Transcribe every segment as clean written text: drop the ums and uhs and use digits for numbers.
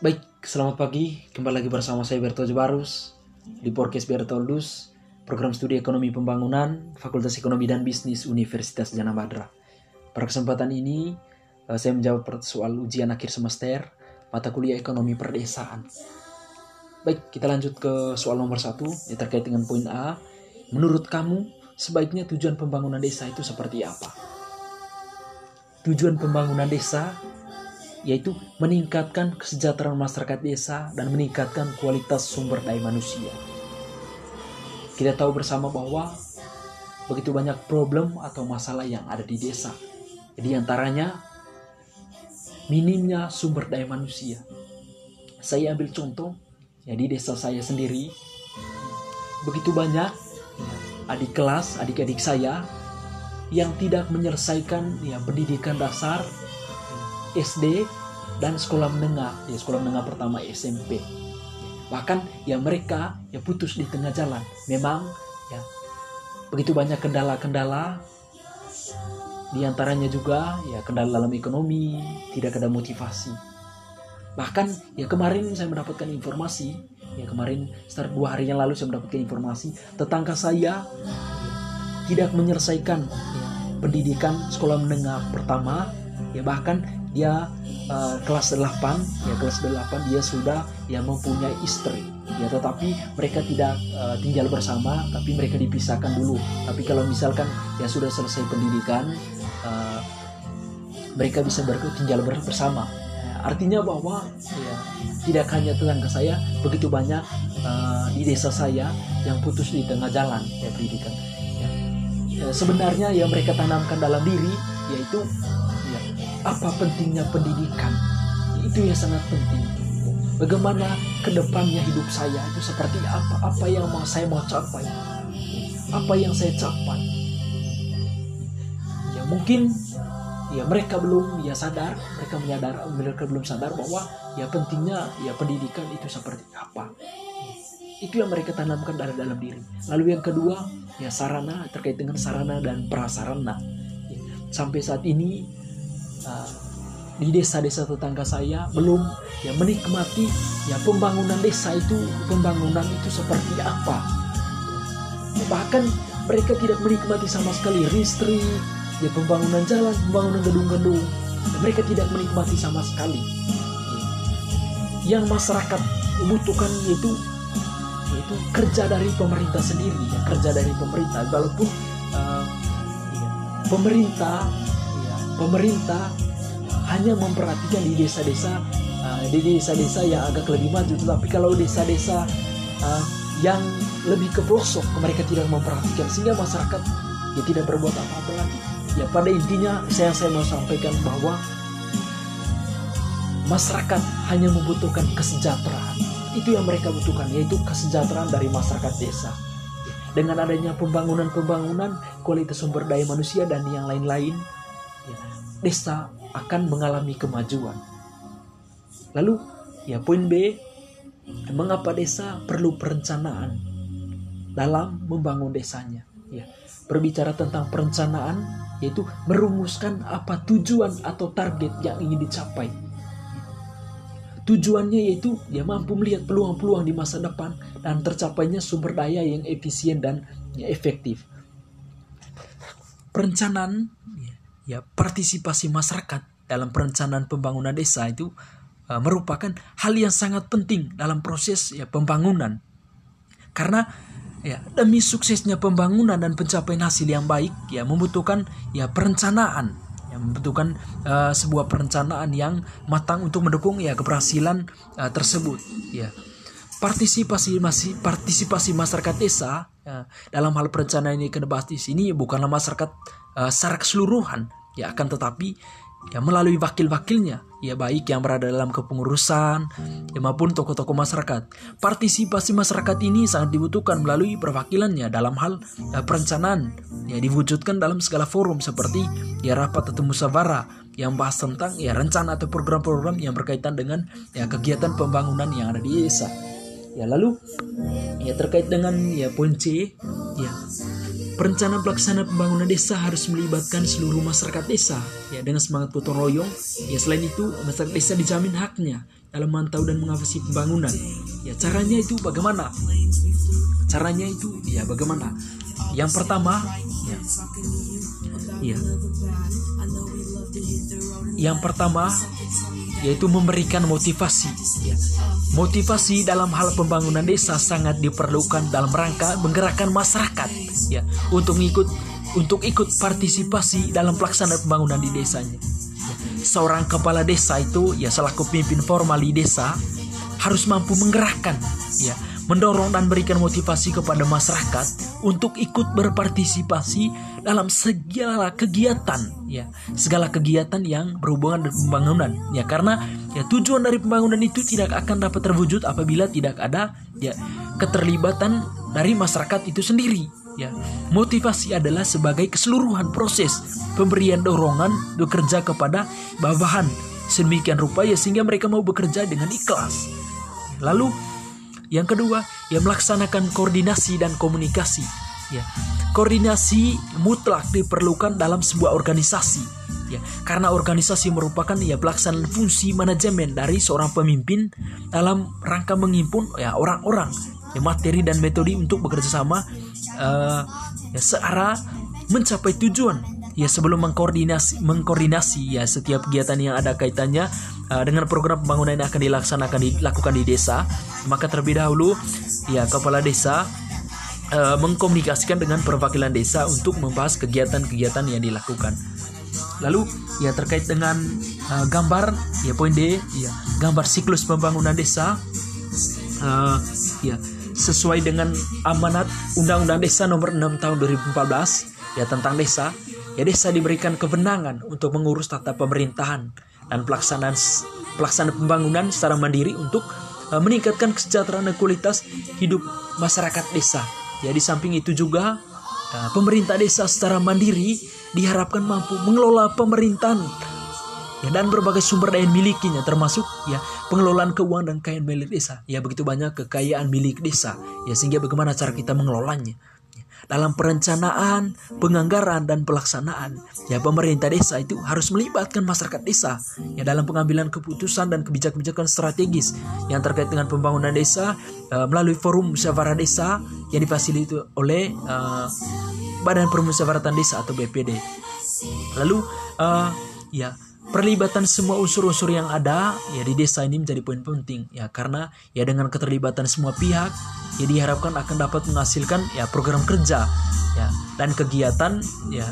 Baik, selamat pagi. Kembali lagi bersama saya Berto Jebarus di podcast Bertoldus, program studi ekonomi pembangunan, Fakultas Ekonomi dan Bisnis Universitas Gadjah Mada. Pada kesempatan ini, saya menjawab soal ujian akhir semester mata kuliah ekonomi perdesaan. Baik, kita lanjut ke soal nomor 1 yang terkait dengan poin A. Menurut kamu, sebaiknya tujuan pembangunan desa itu seperti apa? Tujuan pembangunan desa yaitu meningkatkan kesejahteraan masyarakat desa dan meningkatkan kualitas sumber daya manusia. Kita tahu bersama bahwa begitu banyak problem atau masalah yang ada di desa. Di antaranya minimnya sumber daya manusia. Saya ambil contoh, ya di desa saya sendiri, begitu banyak adik-adik saya yang tidak menyelesaikan pendidikan dasar, SD dan sekolah menengah, sekolah menengah pertama SMP. Bahkan mereka putus di tengah jalan. Memang begitu banyak kendala-kendala, di antaranya juga kendala dalam ekonomi, tidak ada motivasi. Bahkan kemarin saya mendapatkan informasi, kemarin sekitar 2 hari yang lalu saya mendapatkan informasi tetangga saya tidak menyelesaikan pendidikan sekolah menengah pertama, bahkan dia kelas 8 dia sudah mempunyai istri, tetapi mereka tidak tinggal bersama, tapi mereka dipisahkan dulu. Tapi kalau misalkan sudah selesai pendidikan, mereka bisa tinggal bersama. Artinya bahwa tidak hanya tetangga saya, begitu banyak di desa saya yang putus di tengah jalan pendidikan. Sebenarnya yang mereka tanamkan dalam diri yaitu apa pentingnya pendidikan. Itu yang sangat penting. Bagaimana kedepannya hidup saya itu seperti apa yang saya mau capai, apa yang saya capai. Mungkin mereka belum sadar, mereka belum sadar bahwa pentingnya pendidikan itu seperti apa. Itu yang mereka tanamkan dalam diri. Lalu yang kedua sarana, terkait dengan sarana dan prasarana. Sampai saat ini di desa-desa tetangga saya belum menikmati pembangunan desa itu, pembangunan itu seperti apa. Bahkan mereka tidak menikmati sama sekali listrik, pembangunan jalan, pembangunan gedung-gedung. Mereka tidak menikmati sama sekali. Yang masyarakat membutuhkan yaitu kerja dari pemerintah sendiri, kerja dari pemerintah. Walaupun pemerintah hanya memperhatikan di desa-desa yang agak lebih maju, tetapi kalau desa-desa yang lebih ke pelosok mereka tidak memperhatikan, sehingga masyarakat tidak berbuat apa-apa lagi. Pada intinya saya mau sampaikan bahwa masyarakat hanya membutuhkan kesejahteraan. Itu yang mereka butuhkan, yaitu kesejahteraan dari masyarakat desa. Dengan adanya pembangunan, kualitas sumber daya manusia dan yang lain-lain, desa akan mengalami kemajuan. Lalu poin B, mengapa desa perlu perencanaan dalam membangun desanya. Berbicara tentang perencanaan, yaitu merumuskan apa tujuan atau target yang ingin dicapai. Tujuannya yaitu mampu melihat peluang-peluang di masa depan dan tercapainya sumber daya yang efisien dan efektif. Perencanaan, partisipasi masyarakat dalam perencanaan pembangunan desa itu merupakan hal yang sangat penting dalam proses pembangunan. Karena demi suksesnya pembangunan dan pencapaian hasil yang baik membutuhkan perencanaan, membutuhkan sebuah perencanaan yang matang untuk mendukung keberhasilan tersebut. Partisipasi masyarakat desa dalam hal perencanaan ini kena bahas di sini bukanlah masyarakat secara keseluruhan, akan tetapi melalui wakil-wakilnya, baik yang berada dalam kepengurusan maupun tokoh-tokoh masyarakat. Partisipasi masyarakat ini sangat dibutuhkan melalui perwakilannya dalam hal perencanaan, diwujudkan dalam segala forum seperti rapat atau musyawarah yang bahas tentang rencana atau program-program yang berkaitan dengan kegiatan pembangunan yang ada di desa. Lalu terkait dengan poin C, perencanaan pelaksana pembangunan desa harus melibatkan seluruh masyarakat desa dengan semangat gotong royong. Selain itu masyarakat desa dijamin haknya dalam memantau dan mengawasi pembangunan. Ya, caranya itu bagaimana? Yang pertama, yaitu memberikan motivasi. Ya. Motivasi dalam hal pembangunan desa sangat diperlukan dalam rangka menggerakkan masyarakat, ya, untuk ikut partisipasi dalam pelaksanaan pembangunan di desanya. Ya. Seorang kepala desa itu, ya, selaku pemimpin formal di desa harus mampu menggerakkan, ya, mendorong dan berikan motivasi kepada masyarakat untuk ikut berpartisipasi dalam segala kegiatan yang berhubungan dengan pembangunan. Ya, karena ya tujuan dari pembangunan itu tidak akan dapat terwujud apabila tidak ada, ya, keterlibatan dari masyarakat itu sendiri. Ya, motivasi adalah sebagai keseluruhan proses pemberian dorongan bekerja kepada bawahan sedemikian rupa, ya, sehingga mereka mau bekerja dengan ikhlas. Lalu yang kedua, ya, melaksanakan koordinasi dan komunikasi. Ya, koordinasi mutlak diperlukan dalam sebuah organisasi. Ya, karena organisasi merupakan, ya, pelaksanaan fungsi manajemen dari seorang pemimpin dalam rangka menghimpun, ya, orang-orang, ya, materi dan metode untuk bekerja sama, ya, searah mencapai tujuan. Ya, sebelum mengkoordinasi ya setiap kegiatan yang ada kaitannya dengan program pembangunan yang akan dilakukan di desa, maka terlebih dahulu, ya, kepala desa mengkomunikasikan dengan perwakilan desa untuk membahas kegiatan-kegiatan yang dilakukan. Lalu, ya, terkait dengan gambar, ya, poin D, ya, gambar siklus pembangunan desa, ya, sesuai dengan amanat Undang-Undang Desa Nomor 6 Tahun 2014, ya, tentang desa. Ya, desa diberikan kewenangan untuk mengurus tata pemerintahan dan pelaksanaan pembangunan secara mandiri untuk meningkatkan kesejahteraan dan kualitas hidup masyarakat desa. Ya, di samping itu juga pemerintah desa secara mandiri diharapkan mampu mengelola pemerintahan, ya, dan berbagai sumber daya milikinya, termasuk, ya, pengelolaan keuangan dan kekayaan milik desa. Ya, begitu banyak kekayaan milik desa. Ya, sehingga bagaimana cara kita mengelolanya? Dalam perencanaan, penganggaran, dan pelaksanaan, ya, pemerintah desa itu harus melibatkan masyarakat desa, ya, dalam pengambilan keputusan dan kebijakan-kebijakan strategis yang terkait dengan pembangunan desa melalui forum musyawarah desa yang difasilitasi oleh Badan Permusyawaratan Desa atau BPD. Lalu, ya, perlibatan semua unsur-unsur yang ada, ya, di desa ini menjadi poin penting, ya, karena, ya, dengan keterlibatan semua pihak, ya, diharapkan akan dapat menghasilkan, ya, program kerja, ya, dan kegiatan, ya,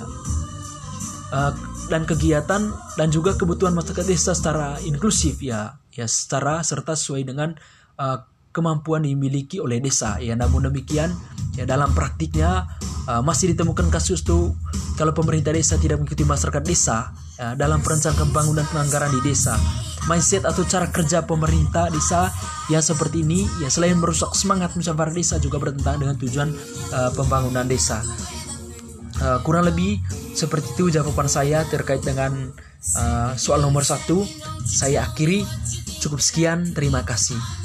dan juga kebutuhan masyarakat desa secara inklusif, ya, secara serta sesuai dengan kemampuan dimiliki oleh desa. Ya, namun demikian, ya, dalam praktiknya masih ditemukan kasus tuh kalau pemerintah desa tidak mengikuti masyarakat desa, ya, dalam perencanaan pembangunan penganggaran di desa. Mindset atau cara kerja pemerintah desa yang seperti ini, ya, selain merusak semangat musyawarah desa juga bertentangan dengan tujuan pembangunan desa. Kurang lebih seperti itu jawaban saya terkait dengan soal nomor 1. Saya akhiri, cukup sekian, terima kasih.